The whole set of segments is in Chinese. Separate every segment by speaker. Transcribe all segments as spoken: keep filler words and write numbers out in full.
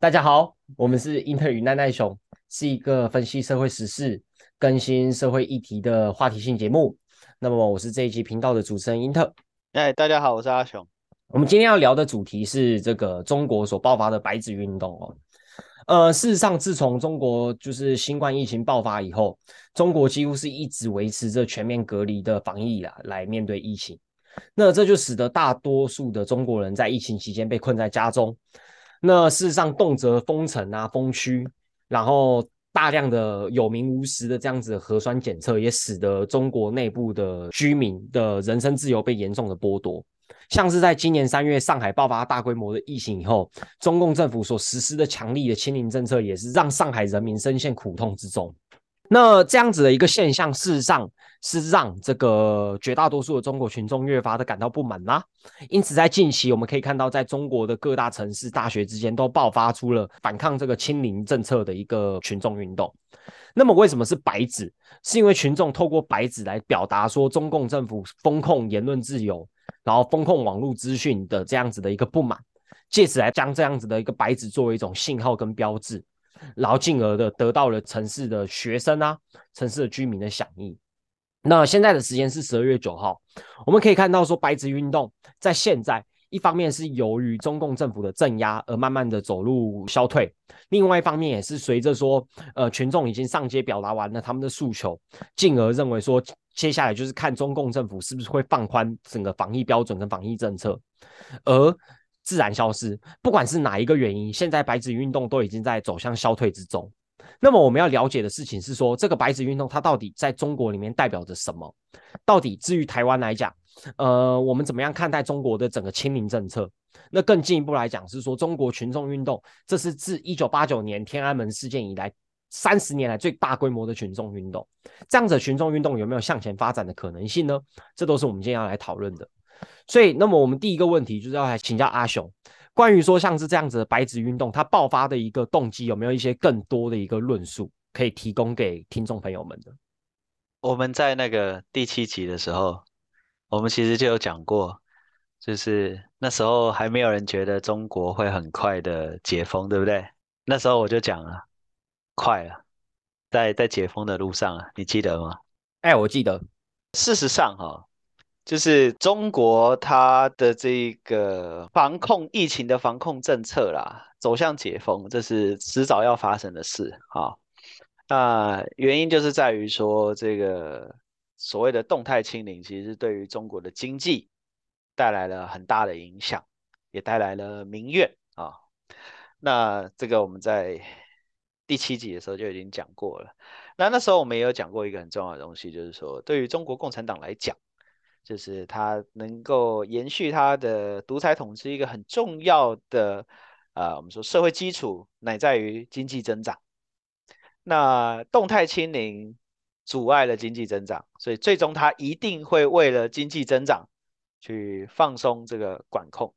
Speaker 1: 大家好，我们是英特与奈奈熊，是一个分析社会时事、更新社会议题的话题性节目。那么我是这一集频道的主持人英特。
Speaker 2: 哎，大家好，我是阿雄。
Speaker 1: 我们今天要聊的主题是这个中国所爆发的白纸运动哦。呃，事实上，自从中国就是新冠疫情爆发以后，中国几乎是一直维持着全面隔离的防疫啦，来面对疫情。那这就使得大多数的中国人在疫情期间被困在家中。那事实上，动辄封城啊、封区，然后大量的有名无实的这样子的核酸检测，也使得中国内部的居民的人身自由被严重的剥夺。像是在今年三月上海爆发大规模的疫情以后，中共政府所实施的强力的清零政策，也是让上海人民深陷苦痛之中。那这样子的一个现象，事实上是让这个绝大多数的中国群众越发的感到不满啦。因此，在近期我们可以看到，在中国的各大城市、大学之间都爆发出了反抗这个清零政策的一个群众运动。那么，为什么是白纸？是因为群众透过白纸来表达说，中共政府封控言论自由，然后封控网络资讯的这样子的一个不满，借此来将这样子的一个白纸作为一种信号跟标志。然后进而的得到了城市的学生啊、城市的居民的响应。那现在的时间是十二月九号，我们可以看到说，白纸运动在现在一方面是由于中共政府的镇压而慢慢的走入消退，另外一方面也是随着说，呃，群众已经上街表达完了他们的诉求，进而认为说，接下来就是看中共政府是不是会放宽整个防疫标准跟防疫政策，而自然消失。不管是哪一个原因，现在白纸运动都已经在走向消退之中。那么我们要了解的事情是说，这个白纸运动它到底在中国里面代表着什么？到底至于台湾来讲，呃，我们怎么样看待中国的整个清零政策？那更进一步来讲是说，中国群众运动，这是自一九八九年天安门事件以来三十年来最大规模的群众运动。这样子的群众运动有没有向前发展的可能性呢？这都是我们今天要来讨论的。所以，那么我们第一个问题就是要来请教阿雄，关于说像是这样子的白纸运动，它爆发的一个动机，有没有一些更多的一个论述可以提供给听众朋友们的？
Speaker 2: 我们在那个第七集的时候，我们其实就有讲过，就是那时候还没有人觉得中国会很快的解封，对不对？那时候我就讲了，快了，在在解封的路上啊，你记得吗？
Speaker 1: 哎，我记得。
Speaker 2: 事实上哈，就是中国它的这个防控疫情的防控政策啦，走向解封，这是迟早要发生的事啊。那原因就是在于说，这个所谓的动态清零，其实是对于中国的经济带来了很大的影响，也带来了民怨啊。那这个我们在第七集的时候就已经讲过了。那那时候我们也有讲过一个很重要的东西，就是说，对于中国共产党来讲，就是它能够延续它的独裁统治一个很重要的，呃，我们说社会基础，乃在于经济增长。那动态清零阻碍了经济增长，所以最终它一定会为了经济增长去放松这个管控，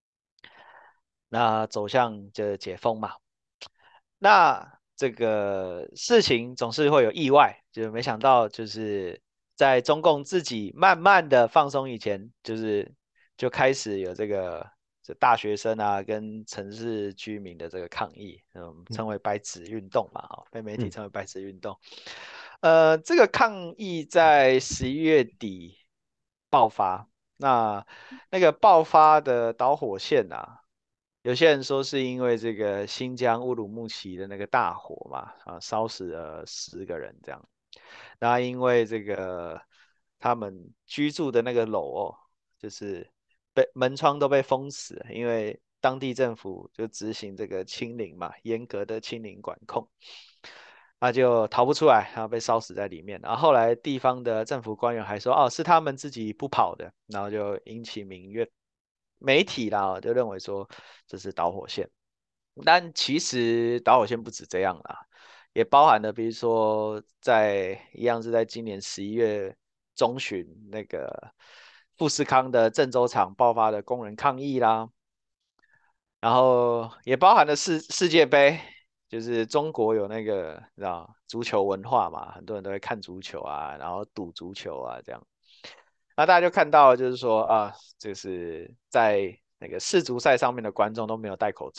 Speaker 2: 那走向这解封嘛。那这个事情总是会有意外，就是没想到就是在中共自己慢慢的放松以前，就是就开始有这个这大学生啊跟城市居民的这个抗议，嗯，
Speaker 1: 嗯
Speaker 2: 称为白纸运动嘛，哈，被媒体
Speaker 1: 嗯
Speaker 2: 称为白纸运动。呃，这个抗议在十一月底爆发，那那个爆发的导火线啊。有些人说是因为这个新疆乌鲁木齐的那个大火嘛，啊，烧死了十个人这样。那因为这个他们居住的那个楼哦，就是被门窗都被封死了，因为当地政府就执行这个清零嘛，严格的清零管控，那就逃不出来，然后被烧死在里面。然后后来地方的政府官员还说，哦，是他们自己不跑的，然后就引起民怨。媒体啦就认为说这是导火线，但其实导火线不止这样啦，也包含了比如说在一样是在今年十一月中旬那个富士康的郑州厂爆发的工人抗议啦，然后也包含了世世界杯，就是中国有那个你知道足球文化嘛，很多人都会看足球啊，然后赌足球啊这样。那大家就看到就是说啊，就是在那个世足赛上面的观众都没有戴口罩，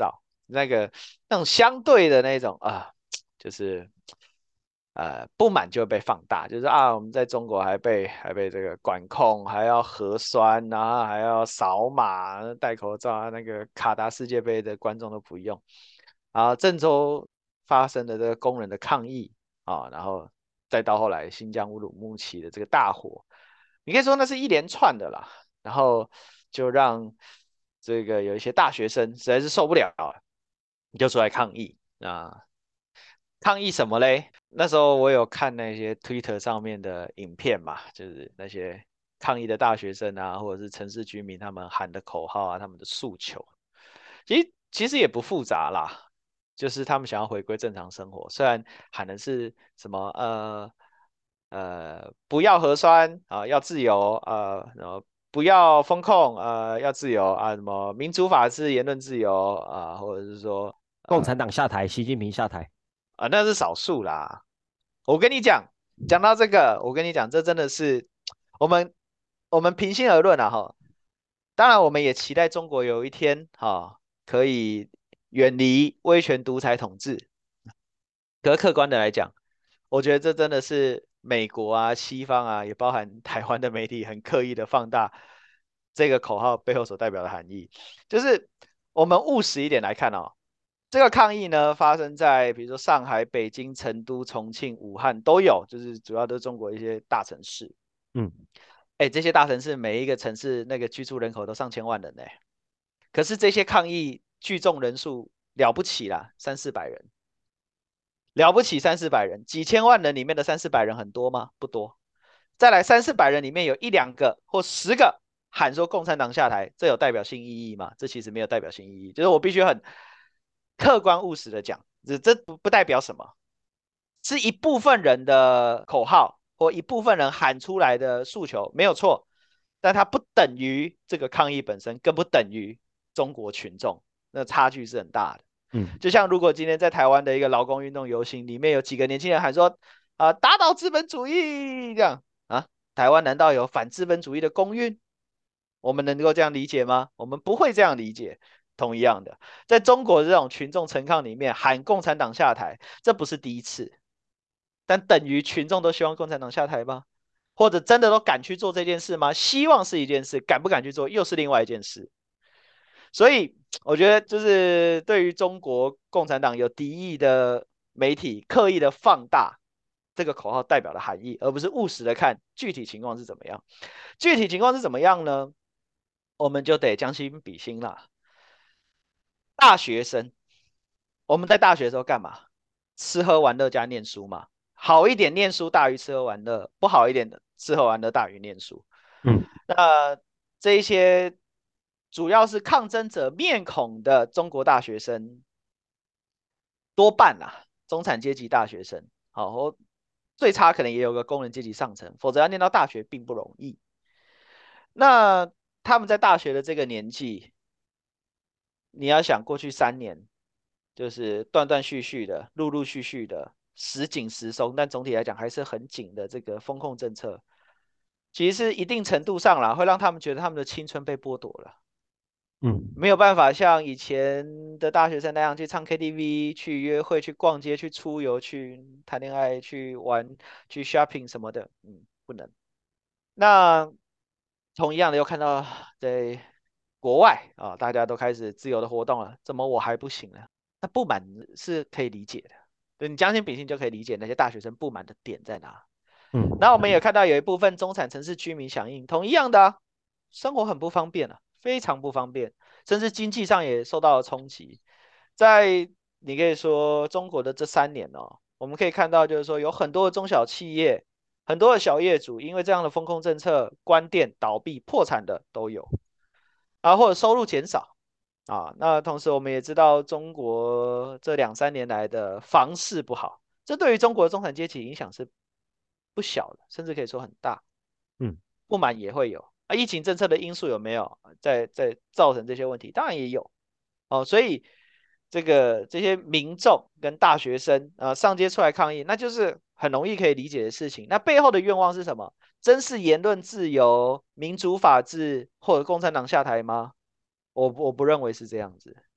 Speaker 2: 那个那种相对的那种啊，就是呃不满就会被放大，就是啊我们在中国还被还被这个管控，还要核酸啊，还要扫码、戴口罩啊，那个卡达世界杯的观众都不用。啊，郑州发生的这个工人的抗议啊，然后再到后来新疆乌鲁木齐的这个大火，你可以说那是一连串的啦，然后就让这个有一些大学生实在是受不了了，就出来抗议啊。抗议什么嘞？那时候我有看那些 Twitter 上面的影片嘛，就是那些抗议的大学生啊，或者是城市居民他们喊的口号啊，他们的诉求，其实其实也不复杂啦，就是他们想要回归正常生活，虽然喊的是什么呃呃不要核酸啊，要自由呃，然后不要风控呃，要自由啊，什么民主法治、言论自由啊，或者是说
Speaker 1: 共产党下台，习近平下台。
Speaker 2: 啊，那是少数啦。我跟你讲，讲到这个，我跟你讲，这真的是我们我们平心而论啊哈。当然，我们也期待中国有一天哈可以远离威权独裁统治。可是客观的来讲，我觉得这真的是美国啊、西方啊，也包含台湾的媒体很刻意的放大这个口号背后所代表的含义。就是我们务实一点来看哦，这个抗议呢发生在比如说上海、北京、成都、重庆、武汉都有，就是主要都是中国一些大城市。
Speaker 1: 嗯，
Speaker 2: 哎，这些大城市每一个城市那个居住人口都上千万人呢，可是这些抗议聚众人数了不起啦，三四百人。了不起三四百人，几千万人里面的三四百人很多吗？不多。再来三四百人里面有一两个或十个喊说共产党下台，这有代表性意义吗？这其实没有代表性意义，就是我必须很客观务实的讲，这这不不代表什么，是一部分人的口号或一部分人喊出来的诉求，没有错，但它不等于这个抗议本身，更不等于中国群众，那差距是很大的。
Speaker 1: 嗯，
Speaker 2: 就像如果今天在台湾的一个劳工运动游行里面有几个年轻人喊说啊、呃打倒资本主义这样啊，台湾难道有反资本主义的公运？我们能够这样理解吗？我们不会这样理解。同一样的，在中国这种群众陈抗里面喊共产党下台，这不是第一次，但等于群众都希望共产党下台吗？或者真的都敢去做这件事吗？希望是一件事，敢不敢去做又是另外一件事。所以我觉得，就是对于中国共产党有敌意的媒体，刻意的放大这个口号代表的含义，而不是务实的看具体情况是怎么样。具体情况是怎么样呢？我们就得将心比心啦。大学生，我们在大学的时候干嘛？吃喝玩乐加念书嘛。好一点念书大于吃喝玩乐，不好一点的吃喝玩乐大于念书。
Speaker 1: 嗯，
Speaker 2: 那这一些主要是抗争者面孔的中国大学生，多半啊，中产阶级大学生，好，最差可能也有个工人阶级上层，否则要念到大学并不容易。那他们在大学的这个年纪，你要想过去三年，就是断断续续的、陆陆续续的时紧时松，但总体来讲还是很紧的这个风控政策，其实是一定程度上啦，会让他们觉得他们的青春被剥夺了。
Speaker 1: 嗯，
Speaker 2: 没有办法像以前的大学生那样去唱 K T V、去约会、去逛街、去出游、去谈恋爱、去玩、去 shopping 什么的，嗯，不能。那同一样的又看到在国外啊，大家都开始自由的活动了，怎么我还不行呢？那不满是可以理解的，对你将心比心就可以理解那些大学生不满的点在哪。
Speaker 1: 嗯，
Speaker 2: 那我们也看到有一部分中产城市居民响应，同一样的啊生活很不方便啊，非常不方便，甚至经济上也受到了冲击。在你可以说中国的这三年哦，我们可以看到，就是说有很多的中小企业，很多的小业主，因为这样的风控政策关店、倒闭、破产的都有，啊，或者收入减少啊。那同时我们也知道，中国这两三年来的房市不好，这对于中国中产阶级影响是不小的，甚至可以说很大。
Speaker 1: 嗯，
Speaker 2: 不满也会有啊，疫情政策的因素有没有在在造成这些问题？当然也有哦，所以这个这些民众跟大学生啊、呃上街出来抗议，那就是很容易可以理解的事情。那背后的愿望是什么？真是言论自由、民主法治或者共产党下台吗？我我不认为是这样子。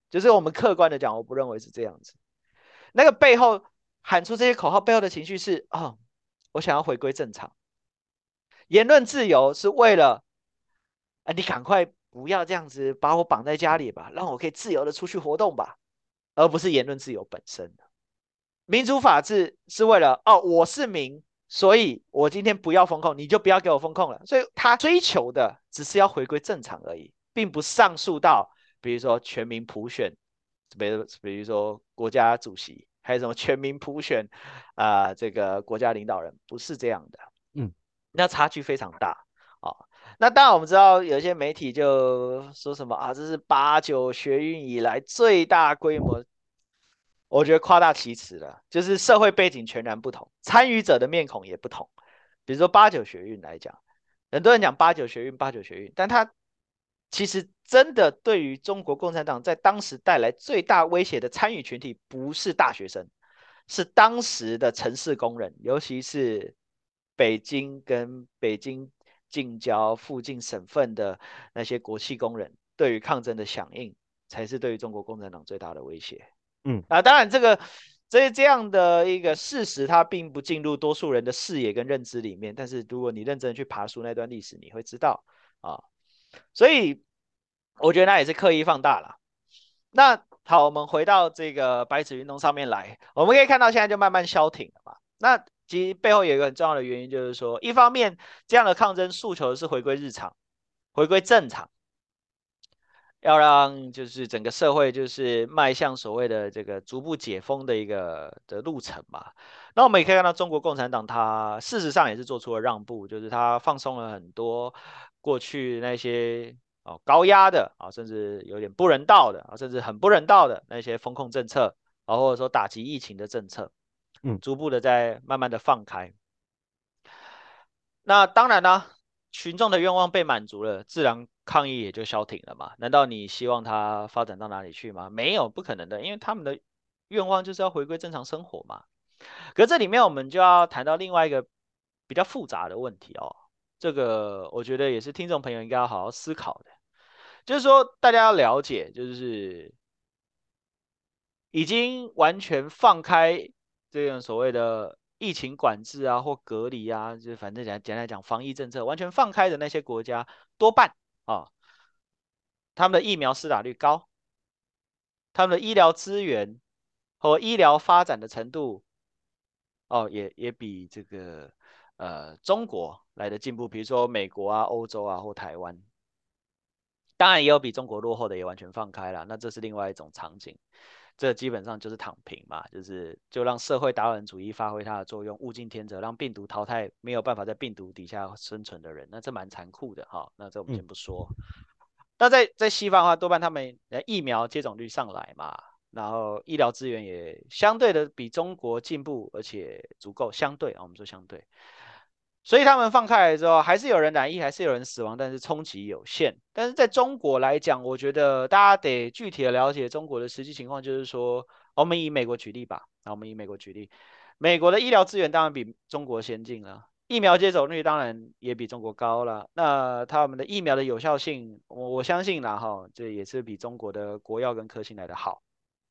Speaker 2: 就是我们客观的讲，我不认为是这样子。那个背后喊出这些口号背后的情绪是啊、哦，我想要回归正常。言论自由是为了，啊，你赶快不要这样子把我绑在家里吧，让我可以自由的出去活动吧，而不是言论自由本身。民主法治是为了哦，我是民，所以我今天不要封控，你就不要给我封控了。所以他追求的只是要回归正常而已，并不上溯到比如说全民普选，比如比如说国家主席，还有什么全民普选啊、呃，这个国家领导人，不是这样的。
Speaker 1: 嗯，
Speaker 2: 那差距非常大啊、哦。那当然我们知道有些媒体就说什么啊，这是八九学运以来最大规模。我觉得夸大其词了，就是社会背景全然不同，参与者的面孔也不同。比如说八九学运来讲，很多人讲八九学运，八九学运，但他其实真的对于中国共产党在当时带来最大威胁的参与群体，不是大学生，是当时的城市工人，尤其是北京跟北京近郊附近省份的那些国企工人，对于抗争的响应，才是对于中国共产党最大的威胁。
Speaker 1: 嗯
Speaker 2: 啊，当然这个这这样的一个事实，它并不进入多数人的视野跟认知里面。但是如果你认真去爬书那段历史，你会知道啊，所以我觉得那也是刻意放大了。那好，我们回到这个白纸运动上面来，我们可以看到现在就慢慢消停了嘛。那其实背后有一个很重要的原因，就是说，一方面这样的抗争诉求是回归日常，回归正常。要让就是整个社会就是迈向所谓的这个逐步解封的一个的路程嘛。那我们也可以看到，中国共产党它事实上也是做出了让步，就是它放松了很多过去那些哦高压的啊，甚至有点不人道的啊，甚至很不人道的那些风控政策啊，或者说打击疫情的政策，
Speaker 1: 嗯
Speaker 2: 逐步的在慢慢的放开。那当然啦，群众的愿望被满足了，自然抗议也就消停了嘛。难道你希望它发展到哪里去吗？没有，不可能的，因为他们的愿望就是要回归正常生活嘛。可这里面我们就要谈到另外一个比较复杂的问题哦，这个我觉得也是听众朋友应该要好好思考的，就是说大家要了解，就是已经完全放开这种所谓的疫情管制啊或隔离啊，就反正讲简单来讲防疫政策完全放开的那些国家，多半啊，他们的疫苗施打率高，他们的医疗资源和医疗发展的程度哦，也也比这个呃中国来的进步，比如说美国啊、欧洲啊或台湾，当然也有比中国落后的，也完全放开了，那这是另外一种场景。这基本上就是躺平嘛，就是就让社会达尔文主义发挥它的作用，物竞天择，让病毒淘汰没有办法在病毒底下生存的人，那这蛮残酷的哈。那这我们
Speaker 1: 嗯
Speaker 2: 先不说。那在在西方的话，多半他们疫苗接种率上来嘛，然后医疗资源也相对的比中国进步，而且足够相对啊，我们说相对。所以他们放开来之后，还是有人染疫，还是有人死亡，但是冲击有限。但是在中国来讲，我觉得大家得具体的了解中国的实际情况，就是说，我们以美国举例吧，那我们以美国举例，美国的医疗资源当然比中国先进了，疫苗接种率当然也比中国高了。那他们的疫苗的有效性，我我相信啦哈，这也是比中国的国药跟科兴来的好。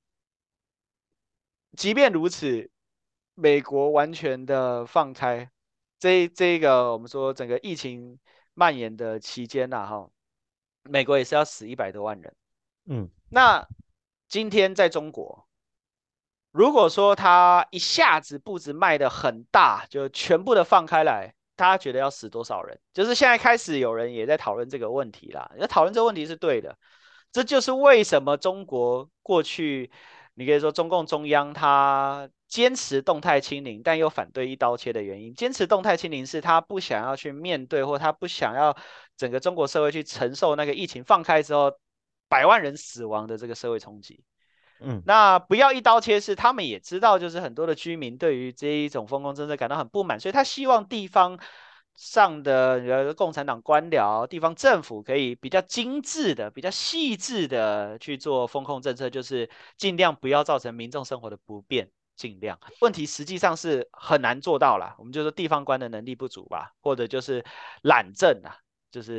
Speaker 2: 即便如此，美国完全的放开。这这个我们说整个疫情蔓延的期间呐、啊哈，美国也是要死一百多万人。
Speaker 1: 嗯
Speaker 2: 那今天在中国，如果说他一下子步子迈得很大，就全部的放开来，大家觉得要死多少人？就是现在开始有人也在讨论这个问题啦。那讨论这个问题是对的，这就是为什么中国过去，你可以说中共中央他坚持动态清零，但又反对一刀切的原因。坚持动态清零是他不想要去面对，或他不想要整个中国社会去承受那个疫情放开之后百万人死亡的这个社会冲击。
Speaker 1: 嗯
Speaker 2: 那不要一刀切是他们也知道，就是很多的居民对于这一种风控政策感到很不满，所以他希望地方上的呃共产党官僚、地方政府可以比较精致的、比较细致的去做风控政策，就是尽量不要造成民众生活的不便。尽量，问题实际上是很难做到啦。我们就说地方官的能力不足吧，或者就是懒政啊，就是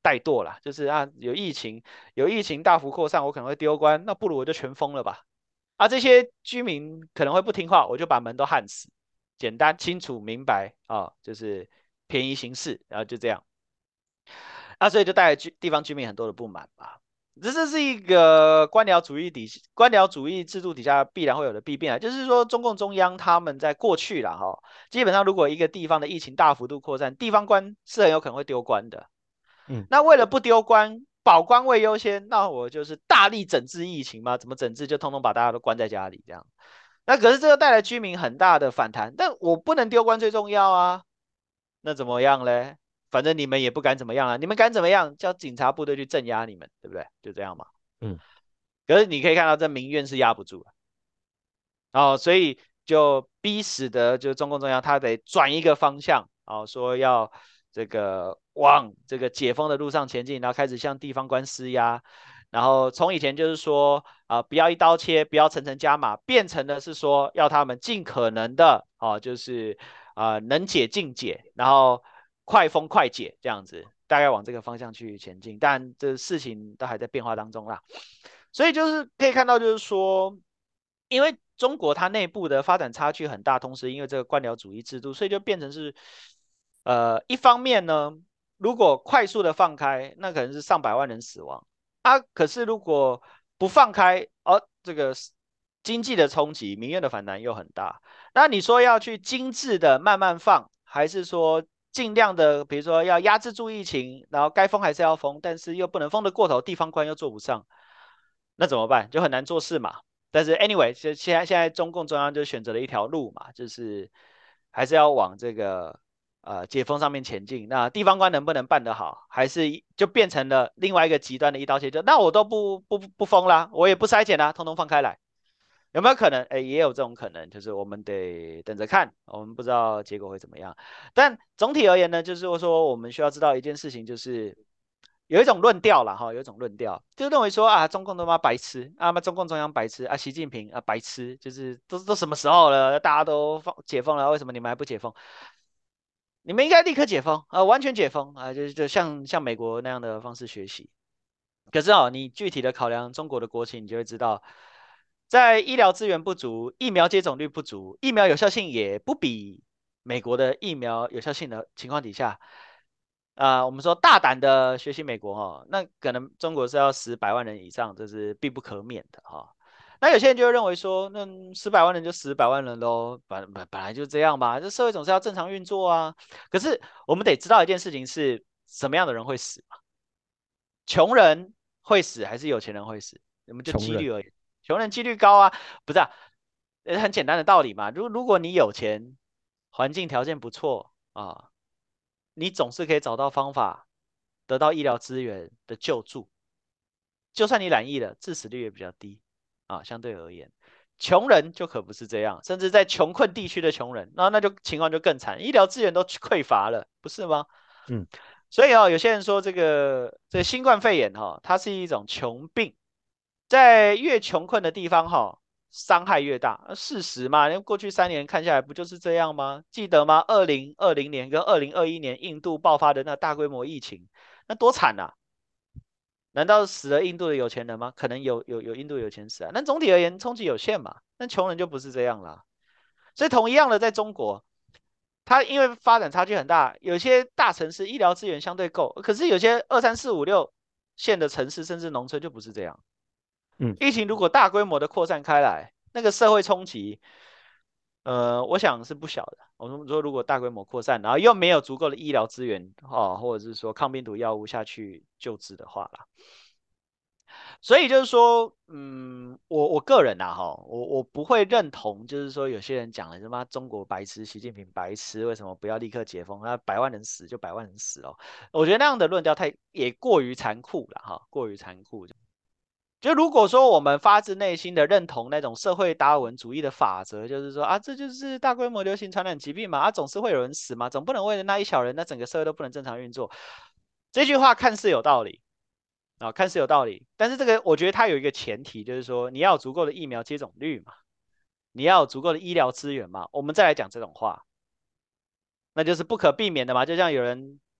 Speaker 2: 怠惰啦，就是啊有疫情，有疫情大幅扩散，我可能会丢官，那不如我就全封了吧。啊，这些居民可能会不听话，我就把门都焊死，简单清楚明白啊，就是便宜行事，然后就这样。啊，所以就带来居地方居民很多的不满吧。这这是一个官僚主义底官僚主义制度底下必然会有的弊病啊，就是说中共中央他们在过去啦哈，基本上如果一个地方的疫情大幅度扩散，地方官是很有可能会丢官的。
Speaker 1: 嗯
Speaker 2: 那为了不丢官，保官位优先，那我就是大力整治疫情嘛，怎么整治就通通把大家都关在家里这样。那可是这个带来居民很大的反弹，但我不能丢官最重要啊，那怎么样嘞？反正你们也不敢怎么样啊，你们敢怎么样？叫警察部队去镇压你们，对不对？就这样嘛。
Speaker 1: 嗯
Speaker 2: 可是你可以看到，这民怨是压不住的，哦，所以就逼使得就中共中央他得转一个方向，哦，说要这个往这个解封的路上前进，然后开始向地方官施压，然后从以前就是说啊、呃不要一刀切，不要层层加码，变成的是说要他们尽可能的哦，就是啊、呃能解尽解，然后快封快解这样子，大概往这个方向去前进，但这事情都还在变化当中啦。所以就是可以看到，就是说，因为中国它内部的发展差距很大，同时因为这个官僚主义制度，所以就变成是，呃，一方面呢，如果快速的放开，那可能是上百万人死亡啊。可是如果不放开，哦，这个经济的冲击、民怨的反弹又很大。那你说要去精致的慢慢放，还是说尽量的，比如说要压制住疫情，然后该封还是要封，但是又不能封得过头，地方官又做不上，那怎么办？就很难做事嘛。但是 anyway，现现在现在中共中央就选择了一条路嘛，就是还是要往这个呃解封上面前进。那地方官能不能办得好，还是就变成了另外一个极端的一刀切，就那我都不不不封啦，我也不筛检啦，通通放开来。有没有可能？哎，也有这种可能，就是我们得等着看，我们不知道结果会怎么样。但总体而言呢，就是说我们需要知道一件事情，就是有一种论调了哈，有一种论调，就认为说啊，中共他妈白痴啊，妈中共中央白痴啊，习近平啊白痴，就是都都什么时候了，大家都放解封了，为什么你们还不解封？你们应该立刻解封啊，完全解封啊，就就像像美国那样的方式学习。可是哦，你具体的考量中国的国情，你就会知道，在医疗资源不足、疫苗接种率不足、疫苗有效性也不比美国的疫苗有效性的情况底下，啊、我们说大胆的学习美国哈、哦，那可能中国是要死百万人以上，这是必不可免的哈、哦。那有些人就会认为说，那死百万人就死百万人喽，本本本来就这样嘛，这社会总是要正常运作啊。可是我们得知道一件事情是什么样的人会死嘛？穷人会死还是有钱人会死？我们就
Speaker 1: 穷人。
Speaker 2: 几率而已。穷人几率高啊，不是啊？呃很简单的道理嘛。如如果你有钱，环境条件不错啊，你总是可以找到方法得到医疗资源的救助。就算你染疫了，致死率也比较低啊，相对而言。穷人就可不是这样，甚至在穷困地区的穷人，那那就情况就更惨，医疗资源都匮乏了，不是吗？
Speaker 1: 嗯
Speaker 2: 所以啊、哦，有些人说这个这个新冠肺炎哈、哦，它是一种穷病，在越穷困的地方哈、哦，伤害越大。事实嘛，因为过去三年看下来不就是这样吗？记得吗？二零二零年跟二零二一年印度爆发的那大规模疫情，那多惨啊！难道死了印度的有钱人吗？可能有有有印度有钱死啊，但总体而言冲击有限嘛。那穷人就不是这样啦。所以同一样的，在中国，它因为发展差距很大，有些大城市医疗资源相对够，可是有些二三四五六线的城市甚至农村就不是这样。
Speaker 1: 嗯
Speaker 2: 疫情如果大规模的扩散开来，那个社会冲击，呃，我想是不小的。我们说，如果大规模扩散，然后又没有足够的医疗资源哦，或者是说抗病毒药物下去救治的话啦，所以就是说，嗯，我我个人啊，哈，我我不会认同，就是说有些人讲了什么中国白痴，习近平白痴，为什么不要立刻解封？那百万人死就百万人死哦。我觉得那样的论调太也过于残酷了哈，过于残酷。就如果说我们发自内心的认同那种社会达尔文主义的法则，就是说啊，这就是大规模流行传染疾病嘛，啊，总是会有人死嘛，总不能为了那一小人，那整个社会都不能正常运作。这句话看似有道理啊，看似有道理，但是这个我觉得它有一个前提，就是说你要有足够的疫苗接种率嘛，你要有足够的医疗资源嘛，我们再来讲这种话，那就是不可避免的嘛，就像有人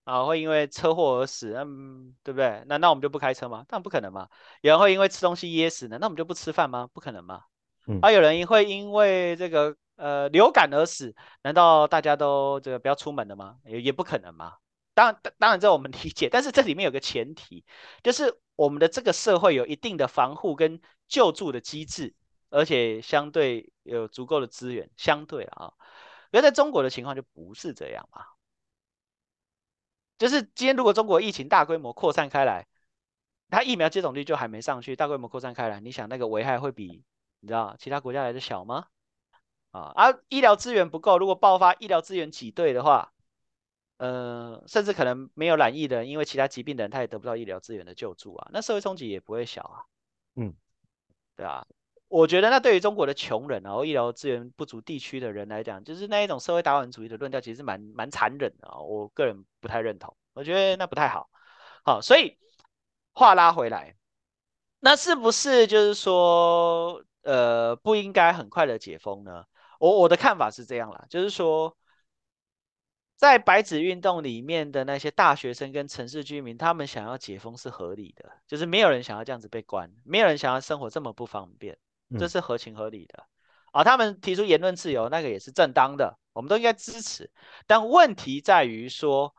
Speaker 2: 啊，会因为车祸而死，嗯，对不对？难道我们就不开车吗？当然不可能嘛。有人会因为吃东西噎死，难道我们就不吃饭吗？不可能嘛。
Speaker 1: 嗯
Speaker 2: 啊，有人会因为这个呃流感而死，难道大家都这个不要出门了吗？也也不可能嘛。当然，当然这我们理解，但是这里面有个前提，就是我们的这个社会有一定的防护跟救助的机制，而且相对有足够的资源，相对啊。而在中国的情况就不是这样嘛。就是今天如果中国疫情大规模扩散开来，它疫苗接种率就还没上去，大规模扩散开来，你想那个危害会比你知道其他国家来的小吗？啊，而医疗资源不够，如果爆发医疗资源挤兑的话，呃，甚至可能没有染疫的人，因为其他疾病的人，他也得不到医疗资源的救助啊，那社会冲击也不会小啊，
Speaker 1: 嗯
Speaker 2: 对啊，我觉得那对于中国的穷人啊，或医疗资源不足地区的人来讲，就是那一种社会达尔文主义的论调，其实蛮蛮残忍的啊，我个人不太认同，我觉得那不太好。好，所以话拉回来，那是不是就是说，呃，不应该很快的解封呢？我我的看法是这样啦，就是说，在白纸运动里面的那些大学生跟城市居民，他们想要解封是合理的，就是没有人想要这样子被关，没有人想要生活这么不方便，这
Speaker 1: 嗯
Speaker 2: 是合情合理的。啊，他们提出言论自由，那个也是正当的，我们都应该支持。但问题在于说，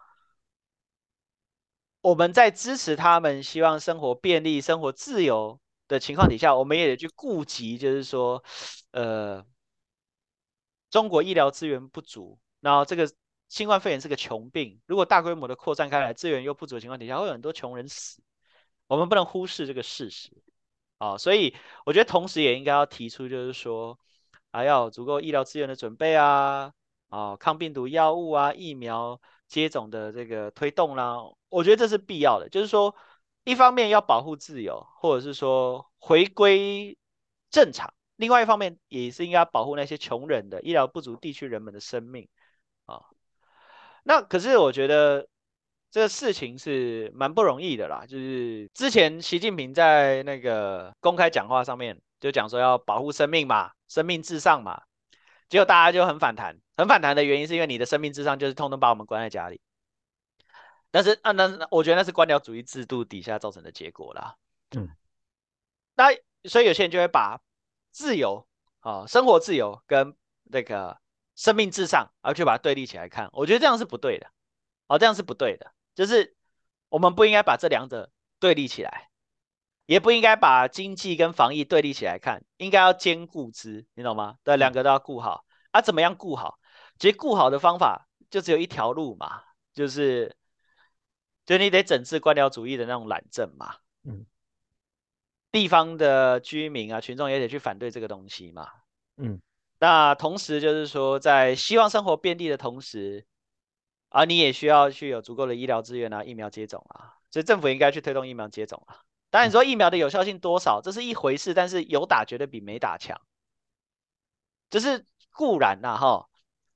Speaker 2: 我们在支持他们，希望生活便利、生活自由的情况底下，我们也得去顾及，就是说，呃，中国医疗资源不足，然后这个新冠肺炎是个穷病，如果大规模的扩散开来，资源又不足的情况底下，会有很多穷人死，我们不能忽视这个事实。啊，所以我觉得同时也应该要提出，就是说还要有足够医疗资源的准备啊，啊，抗病毒药物啊，疫苗接种的这个推动啦，我觉得这是必要的。就是说，一方面要保护自由，或者是说回归正常，另外一方面也是应该保护那些穷人的医疗不足地区人们的生命啊。那可是我觉得这个事情是蛮不容易的啦，就是之前习近平在那个公开讲话上面就讲说要保护生命嘛，生命至上嘛，结果大家就很反弹，很反弹的原因是因为你的生命至上就是通通把我们关在家里，但是啊，那我觉得那是官僚主义制度底下造成的结果啦。
Speaker 1: 嗯
Speaker 2: 那所以有些人就会把自由啊、生活自由跟那个生命至上，而去把它对立起来看，我觉得这样是不对的。哦，这样是不对的，就是我们不应该把这两者对立起来，也不应该把经济跟防疫对立起来看，应该要兼顾之，你懂吗？对，两
Speaker 1: 嗯
Speaker 2: 个都要顾好。啊，怎么样顾好？其实顾好的方法就只有一条路嘛，就是就你得整治官僚主义的那种懒政嘛，
Speaker 1: 嗯
Speaker 2: 地方的居民啊、群众也得去反对这个东西嘛。
Speaker 1: 嗯
Speaker 2: 那同时就是说，在希望生活便利的同时，啊，你也需要去有足够的医疗资源啊、疫苗接种啊，所以政府应该去推动疫苗接种啊。当然，你
Speaker 1: 嗯
Speaker 2: 说疫苗的有效性多少，这是一回事，但是有打绝对比没打强。就是固然呐、哈，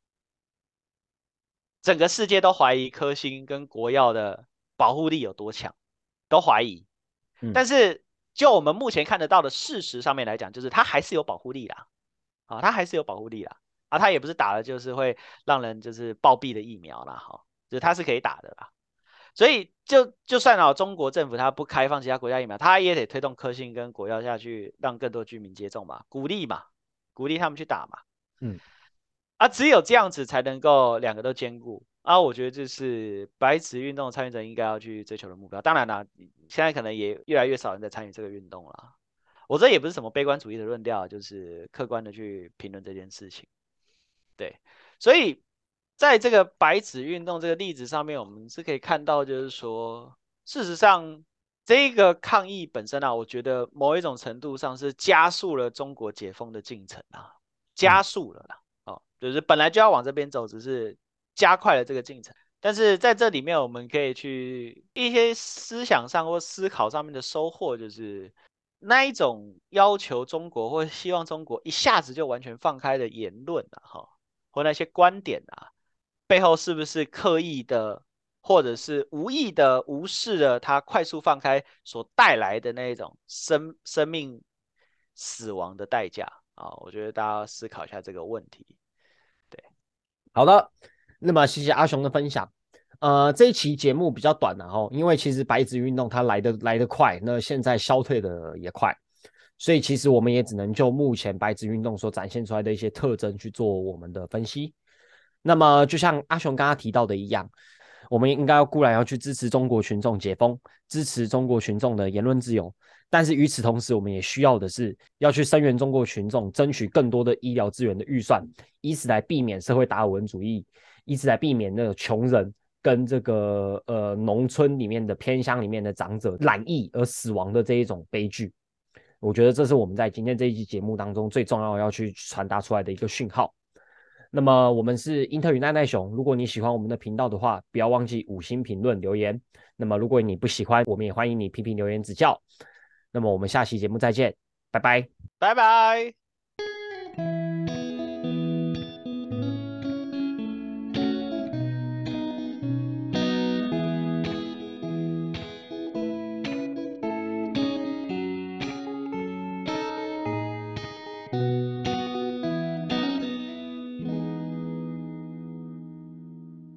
Speaker 2: 整个世界都怀疑科兴跟国药的保护力有多强，都怀疑。
Speaker 1: 嗯
Speaker 2: 但是就我们目前看得到的事实上面来讲，就是它还是有保护力啦。啊，它还是有保护力啦，啊，它也不是打了就是会让人就是暴毙的疫苗啦，哈，就是它是可以打的啦，所以就就算啊中国政府它不开放其他国家疫苗，它也得推动科兴跟国药下去，让更多居民接种嘛，鼓励嘛，鼓励他们去打嘛，
Speaker 1: 嗯
Speaker 2: 啊，只有这样子才能够两个都兼顾。啊，我觉得这是白纸运动参与者应该要去追求的目标。当然啦，现在可能也越来越少人在参与这个运动了。我这也不是什么悲观主义的论调，就是客观的去评论这件事情。对，所以在这个白纸运动这个例子上面，我们是可以看到，就是说，事实上这个抗议本身啊，我觉得某一种程度上是加速了中国解封的进程啊，加
Speaker 1: 嗯
Speaker 2: 速了啦。哦，就是本来就要往这边走，只是加快了这个进程。但是在这里面，我们可以去一些思想上或思考上面的收获，就是那一种要求中国或希望中国一下子就完全放开的言论啊，哈，或那些观点啊，背后是不是刻意的，或者是无意的无视了它快速放开所带来的那一种生生命死亡的代价啊？我觉得大家要思考一下这个问题。对，
Speaker 1: 好的，那么谢谢阿雄的分享。 呃，这一期节目比较短然后因为其实白纸运动它来的来得快，那现在消退的也快，所以其实我们也只能就目前白纸运动所展现出来的一些特征去做我们的分析。那么就像阿雄刚刚提到的一样，我们应该要固然要去支持中国群众解封，支持中国群众的言论自由，但是与此同时，我们也需要的是要去声援中国群众，争取更多的医疗资源的预算，以此来避免社会达尔文主义，以此来避免那个穷人跟这个呃农村里面的偏乡里面的长者染疫而死亡的这一种悲剧。我觉得这是我们在今天这一期节目当中最重要要去传达出来的一个讯号。那么我们是英特与奈奈熊，如果你喜欢我们的频道的话，不要忘记五星评论留言。那么如果你不喜欢，我们也欢迎你批评留言指教。那么我们下期节目再见，拜拜，
Speaker 2: 拜拜。